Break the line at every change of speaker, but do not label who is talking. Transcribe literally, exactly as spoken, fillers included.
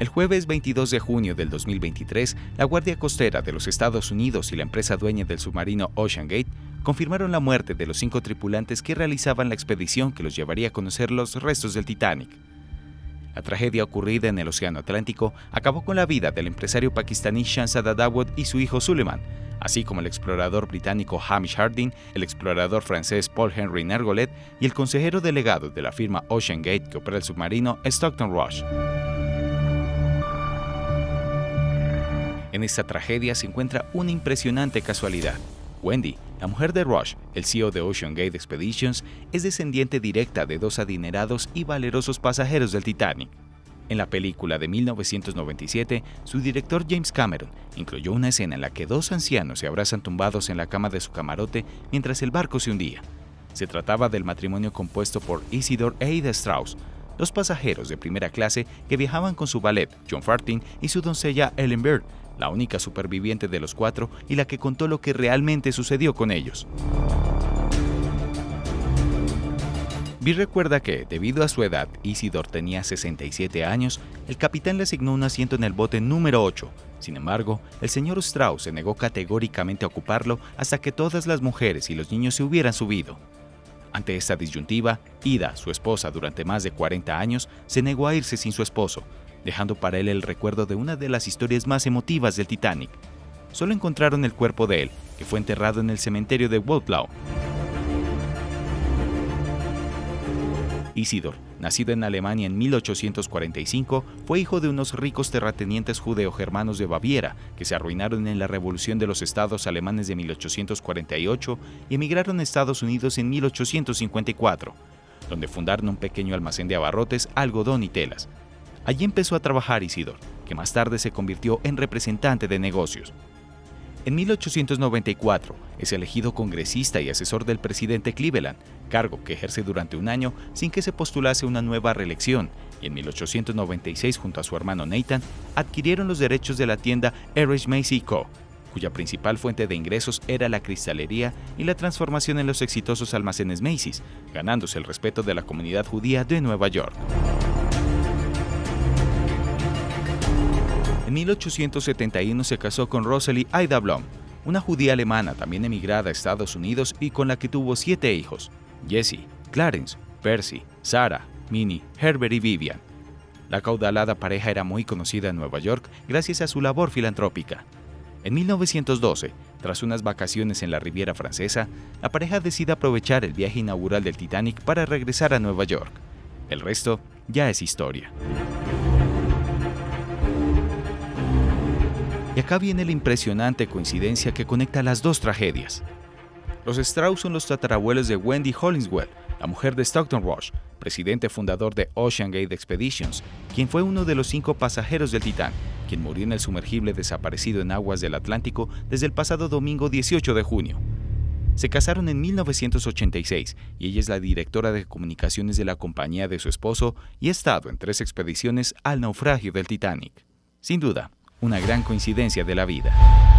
El jueves veintidós de junio del dos mil veintitrés, la Guardia Costera de los Estados Unidos y la empresa dueña del submarino OceanGate confirmaron la muerte de los cinco tripulantes que realizaban la expedición que los llevaría a conocer los restos del Titanic. La tragedia ocurrida en el Océano Atlántico acabó con la vida del empresario pakistaní Shamsad Dawood y su hijo Suleiman, así como el explorador británico Hamish Harding, el explorador francés Paul Henry Nergollet y el consejero delegado de la firma OceanGate que opera el submarino Stockton Rush. En esta tragedia se encuentra una impresionante casualidad. Wendy, la mujer de Rush, el C E O de OceanGate Expeditions, es descendiente directa de dos adinerados y valerosos pasajeros del Titanic. En la película de mil novecientos noventa y siete, su director James Cameron incluyó una escena en la que dos ancianos se abrazan tumbados en la cama de su camarote mientras el barco se hundía. Se trataba del matrimonio compuesto por Isidore e Ida Strauss, dos pasajeros de primera clase que viajaban con su valet, John Farthing, y su doncella Ellen Bird, la única superviviente de los cuatro y la que contó lo que realmente sucedió con ellos. Bill recuerda que, debido a su edad, Isidore tenía sesenta y siete años, el capitán le asignó un asiento en el bote número ocho. Sin embargo, el señor Strauss se negó categóricamente a ocuparlo hasta que todas las mujeres y los niños se hubieran subido. Ante esta disyuntiva, Ida, su esposa durante más de cuarenta años, se negó a irse sin su esposo, dejando para él el recuerdo de una de las historias más emotivas del Titanic. Solo encontraron el cuerpo de él, que fue enterrado en el cementerio de Woodlawn. Isidore, nacido en Alemania en mil ochocientos cuarenta y cinco, fue hijo de unos ricos terratenientes judeo-germanos de Baviera que se arruinaron en la Revolución de los Estados Alemanes de mil ochocientos cuarenta y ocho y emigraron a Estados Unidos en mil ochocientos cincuenta y cuatro, donde fundaron un pequeño almacén de abarrotes, algodón y telas. Allí empezó a trabajar Isidore, que más tarde se convirtió en representante de negocios. En mil ochocientos noventa y cuatro es elegido congresista y asesor del presidente Cleveland, cargo que ejerce durante un año sin que se postulase una nueva reelección, y en mil ochocientos noventa y seis, junto a su hermano Nathan, adquirieron los derechos de la tienda R H Macy Co., cuya principal fuente de ingresos era la cristalería y la transformación en los exitosos almacenes Macy's, ganándose el respeto de la comunidad judía de Nueva York. En mil ochocientos setenta y uno se casó con Rosalie Ida Blom, una judía alemana también emigrada a Estados Unidos y con la que tuvo siete hijos: Jesse, Clarence, Percy, Sarah, Minnie, Herbert y Vivian. La caudalada pareja era muy conocida en Nueva York gracias a su labor filantrópica. En mil novecientos doce, tras unas vacaciones en la Riviera Francesa, la pareja decide aprovechar el viaje inaugural del Titanic para regresar a Nueva York. El resto ya es historia. Y acá viene la impresionante coincidencia que conecta las dos tragedias. Los Strauss son los tatarabuelos de Wendy Hollingsworth, la mujer de Stockton Rush, presidente fundador de OceanGate Expeditions, quien fue uno de los cinco pasajeros del Titanic, quien murió en el sumergible desaparecido en aguas del Atlántico desde el pasado domingo dieciocho de junio. Se casaron en mil novecientos ochenta y seis y ella es la directora de comunicaciones de la compañía de su esposo y ha estado en tres expediciones al naufragio del Titanic. Sin duda, una gran coincidencia de la vida.